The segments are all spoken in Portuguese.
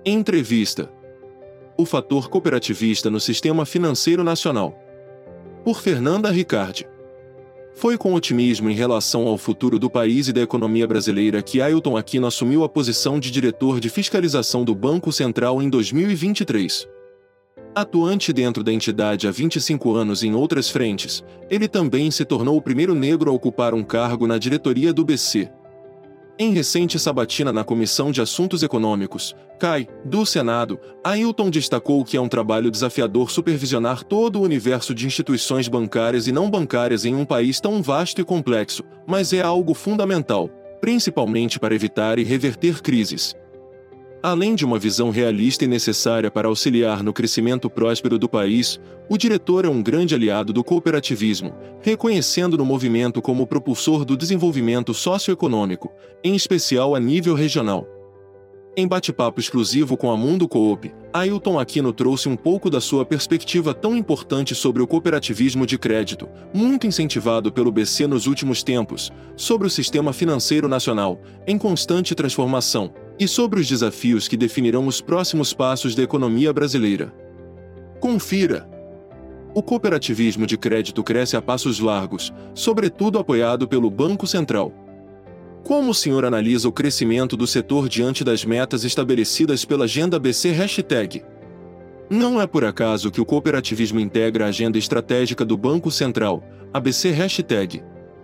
Entrevista. O fator cooperativista no sistema financeiro nacional. Por Fernanda Ricardi. Foi com otimismo em relação ao futuro do país e da economia brasileira que Ailton Aquino assumiu a posição de diretor de fiscalização do Banco Central em 2023. Atuante dentro da entidade há 25 anos em outras frentes, ele também se tornou o primeiro negro a ocupar um cargo na diretoria do BC. Em recente sabatina na Comissão de Assuntos Econômicos, CAI, do Senado, Ailton destacou que é um trabalho desafiador supervisionar todo o universo de instituições bancárias e não bancárias em um país tão vasto e complexo, mas é algo fundamental, principalmente para evitar e reverter crises. Além de uma visão realista e necessária para auxiliar no crescimento próspero do país, o diretor é um grande aliado do cooperativismo, reconhecendo no movimento como propulsor do desenvolvimento socioeconômico, em especial a nível regional. Em bate-papo exclusivo com a Mundo Coop, Ailton Aquino trouxe um pouco da sua perspectiva tão importante sobre o cooperativismo de crédito, muito incentivado pelo BC nos últimos tempos, sobre o sistema financeiro nacional, em constante transformação, e sobre os desafios que definirão os próximos passos da economia brasileira. Confira! O cooperativismo de crédito cresce a passos largos, sobretudo apoiado pelo Banco Central. Como o senhor analisa o crescimento do setor diante das metas estabelecidas pela Agenda BC #? Não é por acaso que o cooperativismo integra a agenda estratégica do Banco Central, a BC #.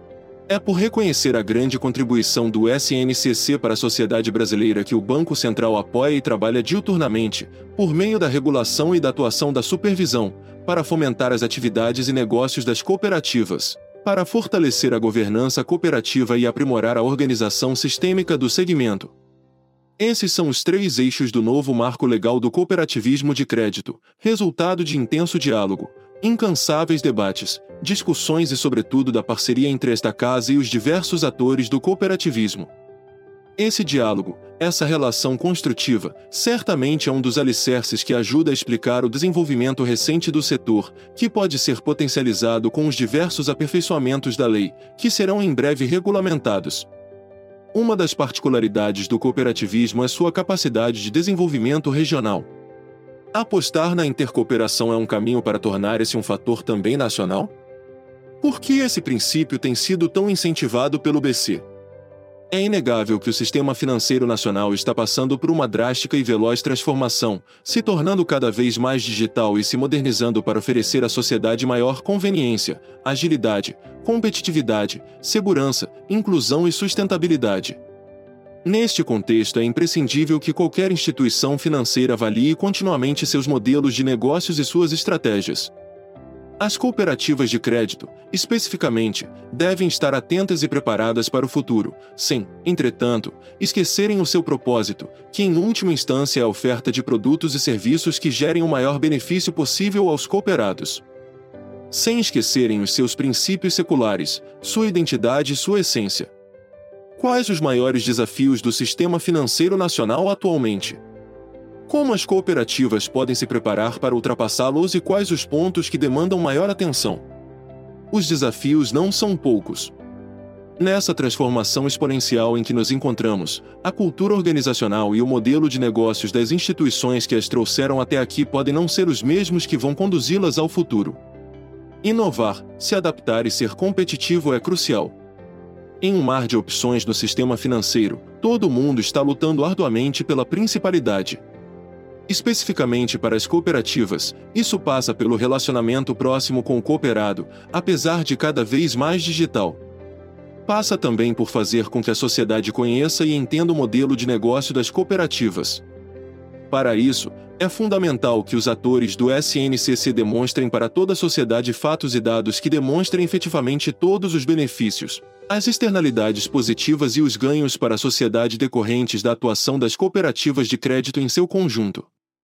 É por reconhecer a grande contribuição do SNCC para a sociedade brasileira que o Banco Central apoia e trabalha diuturnamente, por meio da regulação e da atuação da supervisão, para fomentar as atividades e negócios das cooperativas, para fortalecer a governança cooperativa e aprimorar a organização sistêmica do segmento. Esses são os 3 eixos do novo marco legal do cooperativismo de crédito, resultado de intenso diálogo, incansáveis debates, discussões e sobretudo da parceria entre esta casa e os diversos atores do cooperativismo. Esse diálogo, essa relação construtiva, certamente é um dos alicerces que ajuda a explicar o desenvolvimento recente do setor, que pode ser potencializado com os diversos aperfeiçoamentos da lei, que serão em breve regulamentados. Uma das particularidades do cooperativismo é sua capacidade de desenvolvimento regional. Apostar na intercooperação é um caminho para tornar esse um fator também nacional? Por que esse princípio tem sido tão incentivado pelo BC? É inegável que o sistema financeiro nacional está passando por uma drástica e veloz transformação, se tornando cada vez mais digital e se modernizando para oferecer à sociedade maior conveniência, agilidade, competitividade, segurança, inclusão e sustentabilidade. Neste contexto é imprescindível que qualquer instituição financeira avalie continuamente seus modelos de negócios e suas estratégias. As cooperativas de crédito, especificamente, devem estar atentas e preparadas para o futuro, sem, entretanto, esquecerem o seu propósito, que em última instância é a oferta de produtos e serviços que gerem o maior benefício possível aos cooperados. Sem esquecerem os seus princípios seculares, sua identidade e sua essência. Quais os maiores desafios do sistema financeiro nacional atualmente? Como as cooperativas podem se preparar para ultrapassá-los e quais os pontos que demandam maior atenção? Os desafios não são poucos. Nessa transformação exponencial em que nos encontramos, a cultura organizacional e o modelo de negócios das instituições que as trouxeram até aqui podem não ser os mesmos que vão conduzi-las ao futuro. Inovar, se adaptar e ser competitivo é crucial. Em um mar de opções no sistema financeiro, todo mundo está lutando arduamente pela principalidade. Especificamente para as cooperativas, isso passa pelo relacionamento próximo com o cooperado, apesar de cada vez mais digital. Passa também por fazer com que a sociedade conheça e entenda o modelo de negócio das cooperativas. Para isso, é fundamental que os atores do SNCC demonstrem para toda a sociedade fatos e dados que demonstrem efetivamente todos os benefícios, as externalidades positivas e os ganhos para a sociedade decorrentes da atuação das cooperativas de crédito em seu conjunto.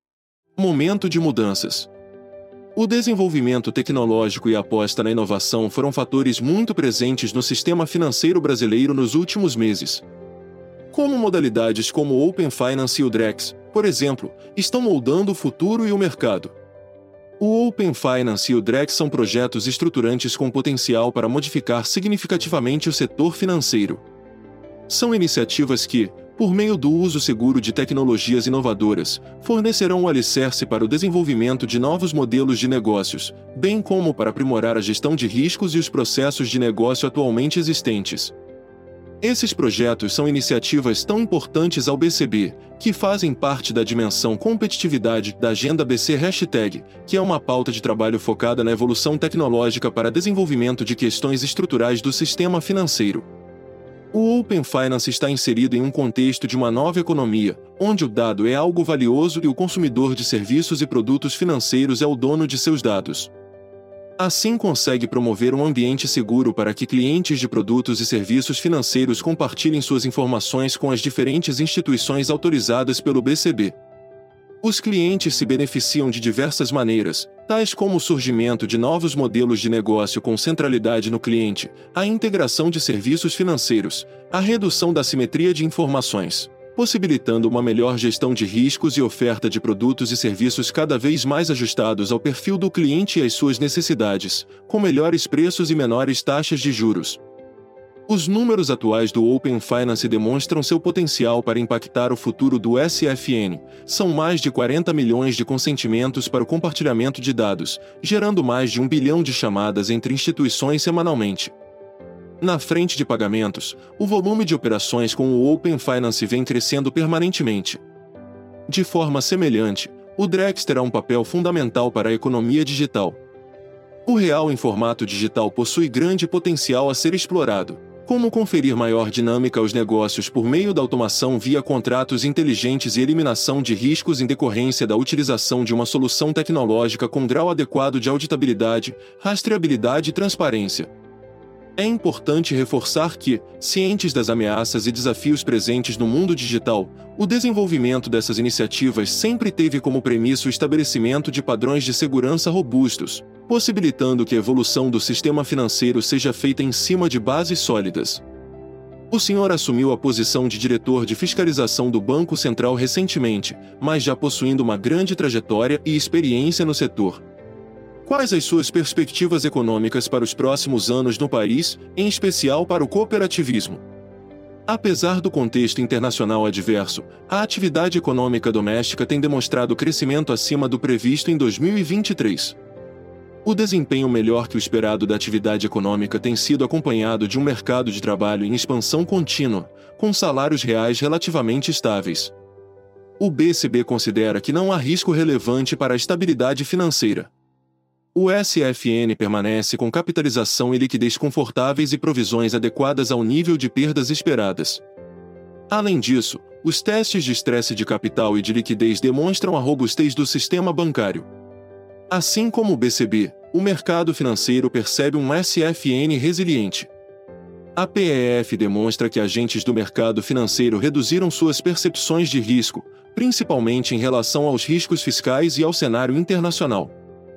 Momento de mudanças. O desenvolvimento tecnológico e a aposta na inovação foram fatores muito presentes no sistema financeiro brasileiro nos últimos meses. Como modalidades como o Open Finance e o Drex, por exemplo, estão moldando o futuro e o mercado. O Open Finance e o Drex são projetos estruturantes com potencial para modificar significativamente o setor financeiro. São iniciativas que, por meio do uso seguro de tecnologias inovadoras, fornecerão o alicerce para o desenvolvimento de novos modelos de negócios, bem como para aprimorar a gestão de riscos e os processos de negócio atualmente existentes. Esses projetos são iniciativas tão importantes ao BCB, que fazem parte da dimensão competitividade da Agenda BC#, que é uma pauta de trabalho focada na evolução tecnológica para desenvolvimento de questões estruturais do sistema financeiro. O Open Finance está inserido em um contexto de uma nova economia, onde o dado é algo valioso e o consumidor de serviços e produtos financeiros é o dono de seus dados. Assim consegue promover um ambiente seguro para que clientes de produtos e serviços financeiros compartilhem suas informações com as diferentes instituições autorizadas pelo BCB. Os clientes se beneficiam de diversas maneiras, tais como o surgimento de novos modelos de negócio com centralidade no cliente, a integração de serviços financeiros, a redução da assimetria de informações, possibilitando uma melhor gestão de riscos e oferta de produtos e serviços cada vez mais ajustados ao perfil do cliente e às suas necessidades, com melhores preços e menores taxas de juros. Os números atuais do Open Finance demonstram seu potencial para impactar o futuro do SFN. São mais de 40 milhões de consentimentos para o compartilhamento de dados, gerando mais de 1 bilhão de chamadas entre instituições semanalmente. Na frente de pagamentos, o volume de operações com o Open Finance vem crescendo permanentemente. De forma semelhante, o Drex terá um papel fundamental para a economia digital. O real em formato digital possui grande potencial a ser explorado. Como conferir maior dinâmica aos negócios por meio da automação via contratos inteligentes e eliminação de riscos em decorrência da utilização de uma solução tecnológica com grau adequado de auditabilidade, rastreabilidade e transparência. É importante reforçar que, cientes das ameaças e desafios presentes no mundo digital, o desenvolvimento dessas iniciativas sempre teve como premissa o estabelecimento de padrões de segurança robustos, possibilitando que a evolução do sistema financeiro seja feita em cima de bases sólidas. O senhor assumiu a posição de diretor de fiscalização do Banco Central recentemente, mas já possuindo uma grande trajetória e experiência no setor. Quais as suas perspectivas econômicas para os próximos anos no país, em especial para o cooperativismo? Apesar do contexto internacional adverso, a atividade econômica doméstica tem demonstrado crescimento acima do previsto em 2023. O desempenho melhor que o esperado da atividade econômica tem sido acompanhado de um mercado de trabalho em expansão contínua, com salários reais relativamente estáveis. O BCB considera que não há risco relevante para a estabilidade financeira. O SFN permanece com capitalização e liquidez confortáveis e provisões adequadas ao nível de perdas esperadas. Além disso, os testes de estresse de capital e de liquidez demonstram a robustez do sistema bancário. Assim como o BCB, o mercado financeiro percebe um SFN resiliente. A PEF demonstra que agentes do mercado financeiro reduziram suas percepções de risco, principalmente em relação aos riscos fiscais e ao cenário internacional.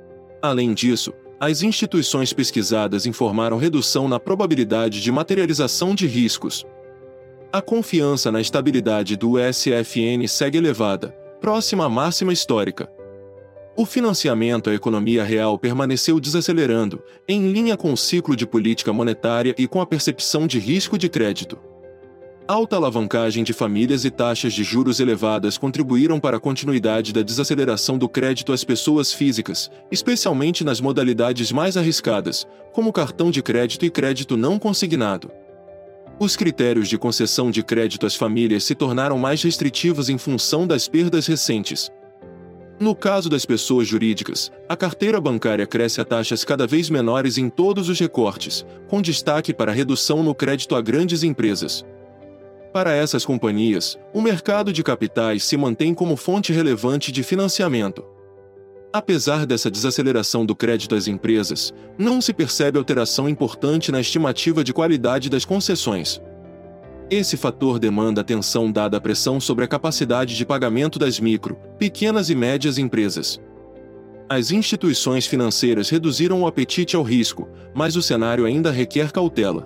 Além disso, as instituições pesquisadas informaram redução na probabilidade de materialização de riscos. A confiança na estabilidade do SFN segue elevada, próxima à máxima histórica. O financiamento à economia real permaneceu desacelerando, em linha com o ciclo de política monetária e com a percepção de risco de crédito. Alta alavancagem de famílias e taxas de juros elevadas contribuíram para a continuidade da desaceleração do crédito às pessoas físicas, especialmente nas modalidades mais arriscadas, como cartão de crédito e crédito não consignado. Os critérios de concessão de crédito às famílias se tornaram mais restritivos em função das perdas recentes. No caso das pessoas jurídicas, a carteira bancária cresce a taxas cada vez menores em todos os recortes, com destaque para a redução no crédito a grandes empresas. Para essas companhias, o mercado de capitais se mantém como fonte relevante de financiamento. Apesar dessa desaceleração do crédito às empresas, não se percebe alteração importante na estimativa de qualidade das concessões. Esse fator demanda atenção dada a pressão sobre a capacidade de pagamento das micro, pequenas e médias empresas. As instituições financeiras reduziram o apetite ao risco, mas o cenário ainda requer cautela.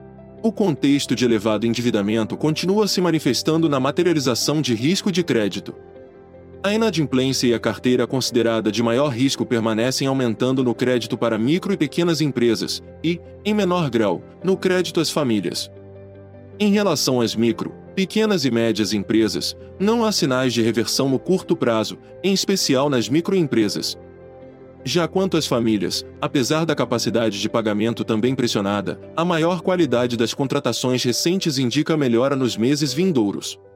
O contexto de elevado endividamento continua se manifestando na materialização de risco de crédito. A inadimplência e a carteira considerada de maior risco permanecem aumentando no crédito para micro e pequenas empresas e, em menor grau, no crédito às famílias. Em relação às micro, Pequenas e médias empresas, não há sinais de reversão no curto prazo, em especial nas microempresas. Já quanto às famílias, apesar da capacidade de pagamento também pressionada, a maior qualidade das contratações recentes indica melhora nos meses vindouros.